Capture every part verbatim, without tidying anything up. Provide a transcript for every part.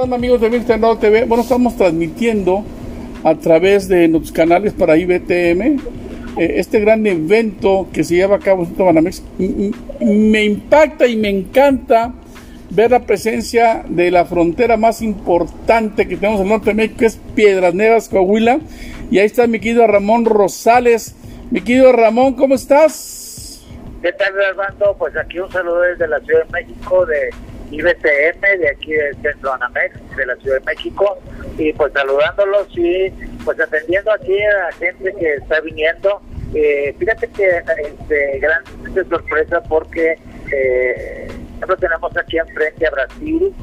Hola amigos de Mister Nado T V. Bueno, estamos transmitiendo a través de nuestros canales para I B T M eh, este gran evento que se lleva a cabo en Banamex. Me impacta y me encanta ver la presencia de la frontera más importante que tenemos en el norte de México, que es Piedras Negras, Coahuila. Y ahí está mi querido Ramón Rosales. Mi querido Ramón, ¿cómo estás? ¿Qué tal, Armando? Pues aquí un saludo desde la Ciudad de México, de I B T M, de aquí del Centro Banamex, de la Ciudad de México, y pues saludándolos y pues atendiendo aquí a la gente que está viniendo. Eh, fíjate que este, gran sorpresa porque eh, nosotros tenemos aquí enfrente a Brasil,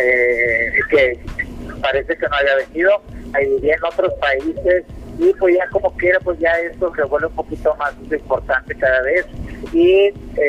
eh, que parece que no haya venido, ahí en otros países, y pues ya como quiera, pues ya esto se vuelve un poquito más importante cada vez, y eh,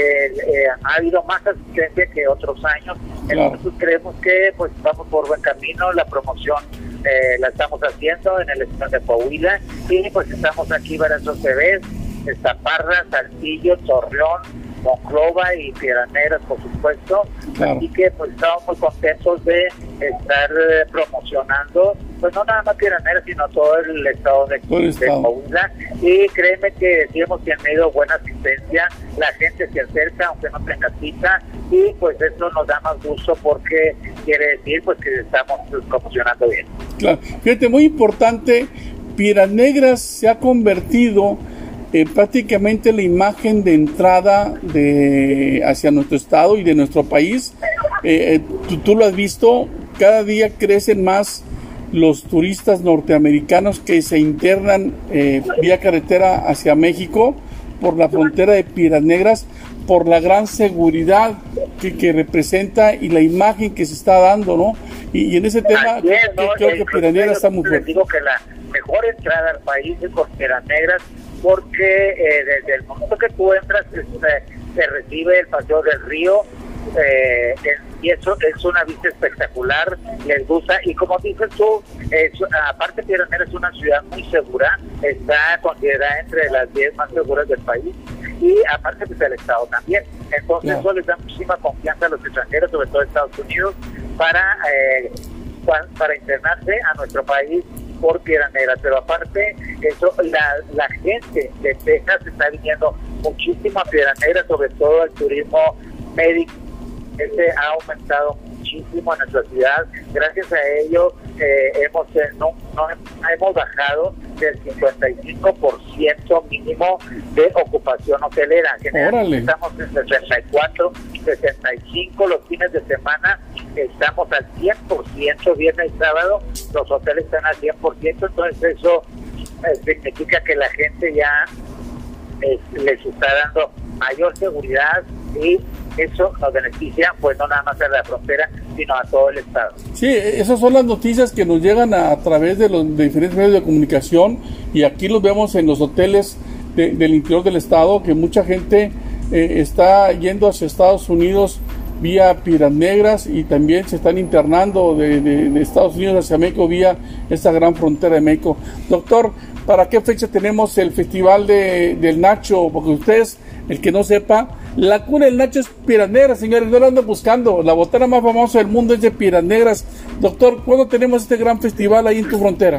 eh, ha habido más asistencia que otros años. Claro. Entonces creemos que pues vamos por buen camino. La promoción eh, la estamos haciendo en el estado de Coahuila, y pues estamos aquí Brazos T V, Parras, Saltillo, Torreón, Monclova y Piedras Negras, por supuesto. Claro. Así que pues estamos muy contentos de estar eh, promocionando, pues no nada más Piedras Negras, sino todo el estado de, el de Coahuila. Y créeme que sí hemos tenido buena asistencia, la gente se acerca aunque no tenga cita, y pues eso nos da más gusto porque quiere decir pues que estamos pues, promocionando bien. Claro, fíjate, muy importante, Piedras Negras se ha convertido Eh, prácticamente la imagen de entrada de hacia nuestro estado y de nuestro país. Eh, tú, tú lo has visto, cada día crecen más los turistas norteamericanos que se internan eh, vía carretera hacia México por la frontera de Piedras Negras, por la gran seguridad que, que representa y la imagen que se está dando, ¿no? Y, y en ese tema Así es, ¿no? creo que Piedras Negras está muy fuerte. Les digo que la mejor entrada al país es por Piedras Negras, porque eh, desde el momento que tú entras se, se recibe el paseo del río, eh, y eso es una vista espectacular, les gusta. Y como dices tú, es, aparte Piedras Negras es una ciudad muy segura, está considerada entre las diez más seguras del país, y aparte pues el estado también. Entonces yeah. eso les da muchísima confianza a los extranjeros, sobre todo Estados Unidos, para eh, para internarse a nuestro país por Piedras Negras. Pero aparte eso, la, la gente de Texas está viniendo muchísimo a Piedras Negras, sobre todo el turismo médico. Este ha aumentado muchísimo en nuestra ciudad. Gracias a ello eh, hemos eh, no, no hemos bajado del cincuenta y cinco por ciento mínimo de ocupación hotelera. Generalmente estamos en sesenta y cuatro, sesenta y cinco los fines de semana. Estamos al cien por ciento, viernes y sábado los hoteles están al cien por ciento. Entonces eso eh, significa que la gente ya eh, les está dando mayor seguridad, y eso nos beneficia pues no nada más a la frontera, sino a todo el estado. Sí, esas son las noticias que nos llegan a, a través de los de diferentes medios de comunicación, y aquí los vemos en los hoteles de, del interior del estado, que mucha gente eh, está yendo hacia Estados Unidos vía Piedras Negras, y también se están internando de, de, de Estados Unidos hacia México vía esta gran frontera de México. Doctor, ¿para qué fecha tenemos el festival de, del Nacho? Porque ustedes, el que no sepa, la cuna del Nacho es Piedras Negras, señores, no lo ando buscando. La botana más famosa del mundo es de Piedras Negras. Doctor, ¿cuándo tenemos este gran festival ahí en tu frontera?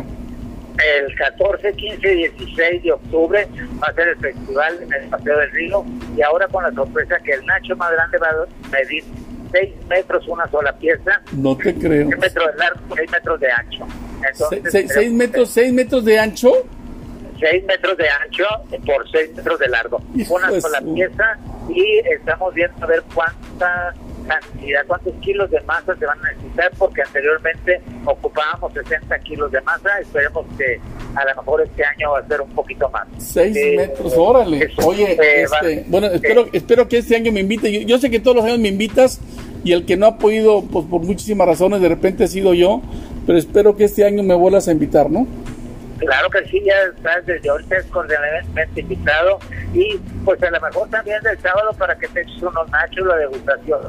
El catorce, quince y dieciséis de octubre va a ser el festival en el Paseo del Río, y ahora con la sorpresa que el Nacho más grande va a medir seis metros una sola pieza. No te creo. seis metros de largo, seis metros de ancho. Entonces, Se, seis metros, seis metros de ancho. seis metros de ancho por seis metros de largo. Hijo una sola su... pieza, y estamos viendo a ver cuánta cantidad, cuántos kilos de masa se van a necesitar, porque anteriormente ocupábamos sesenta kilos de masa. Esperemos que a lo mejor este año va a ser un poquito más. seis eh, metros, órale. Eso, Oye, eh, este, va, bueno, espero, eh, espero que este año me invite. Yo, yo sé que todos los años me invitas, y el que no ha podido, pues por muchísimas razones, de repente he sido yo, pero espero que este año me vuelvas a invitar, ¿no? Claro que sí, ya estás desde ahorita cordialmente invitado, y pues a lo mejor también del sábado para que te eches unos nachos, la degustación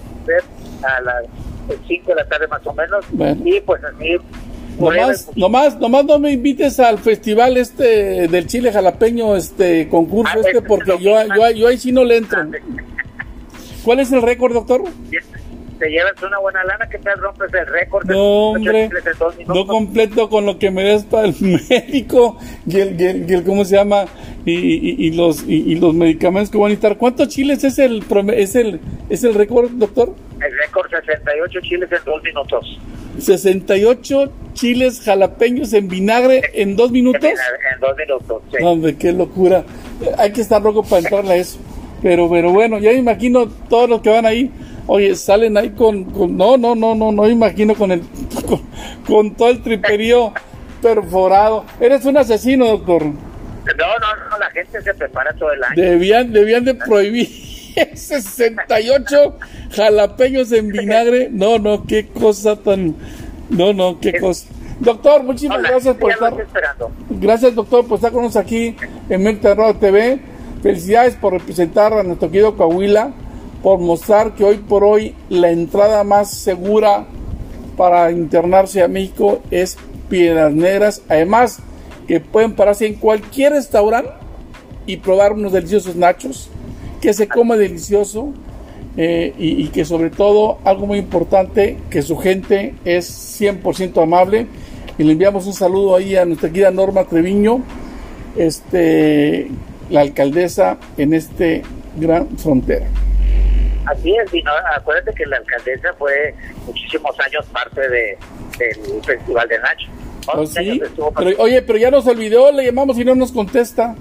a las cinco de la tarde más o menos. Bueno. Y pues así nomás, nomás, nomás no me invites al festival este del chile jalapeño, este concurso ah, este, porque yo, yo, yo ahí sí no le entro. ¿Cuál es el récord, doctor? te llevas una buena lana, que tal rompes el récord. No, hombre, no completo con lo que me des para el médico y el, y el, y el ¿cómo se llama? Y, y, y los y, y los medicamentos que van a necesitar. ¿Cuántos chiles es el es el es el récord, doctor? El récord, sesenta y ocho chiles en dos minutos. sesenta y ocho chiles jalapeños en vinagre en dos minutos. En, en dos minutos, sí. Hombre, qué locura. Hay que estar loco para entrarle a eso. Pero, pero bueno, ya me imagino todos los que van ahí. Oye, salen ahí con, con no, no, no, no, no me imagino con el con, con todo el triperío perforado. Eres un asesino, doctor. No, no, no, la gente se prepara todo el año. Debían, debían de prohibir sesenta y ocho jalapeños en vinagre. No, no, qué cosa tan, no, no, qué cosa. Doctor, muchísimas Hola, gracias por estar. Gracias, doctor, por estar con nosotros aquí en Mérida Radio T V. Felicidades por representar a nuestro querido Coahuila, por mostrar que hoy por hoy la entrada más segura para internarse a México es Piedras Negras. Además, que pueden pararse en cualquier restaurante y probar unos deliciosos nachos, que se come delicioso, eh, y, y que sobre todo, algo muy importante, que su gente es cien por ciento amable. Y le enviamos un saludo ahí a nuestra querida Norma Treviño, este... la alcaldesa en este gran frontera. Así es, y no, acuérdate que la alcaldesa fue muchísimos años parte de, del Festival de Nacho. ¿Oh, sí? Pero, oye, pero ya nos olvidó, le llamamos y no nos contesta.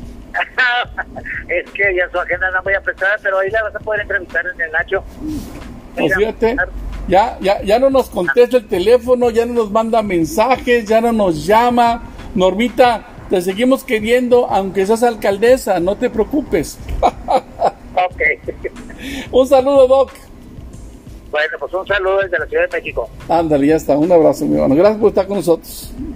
Es que ya su agenda no muy apretada, pero ahí la vas a poder entrevistar en el Nacho. Mira, pues fíjate, ya, ya, ya no nos contesta el teléfono, ya no nos manda mensajes, ya no nos llama. Normita, te seguimos queriendo, aunque seas alcaldesa, no te preocupes. Ok. Un saludo, Doc. Bueno, pues un saludo desde la Ciudad de México. Ándale, ya está. Un abrazo, mi hermano. Gracias por estar con nosotros.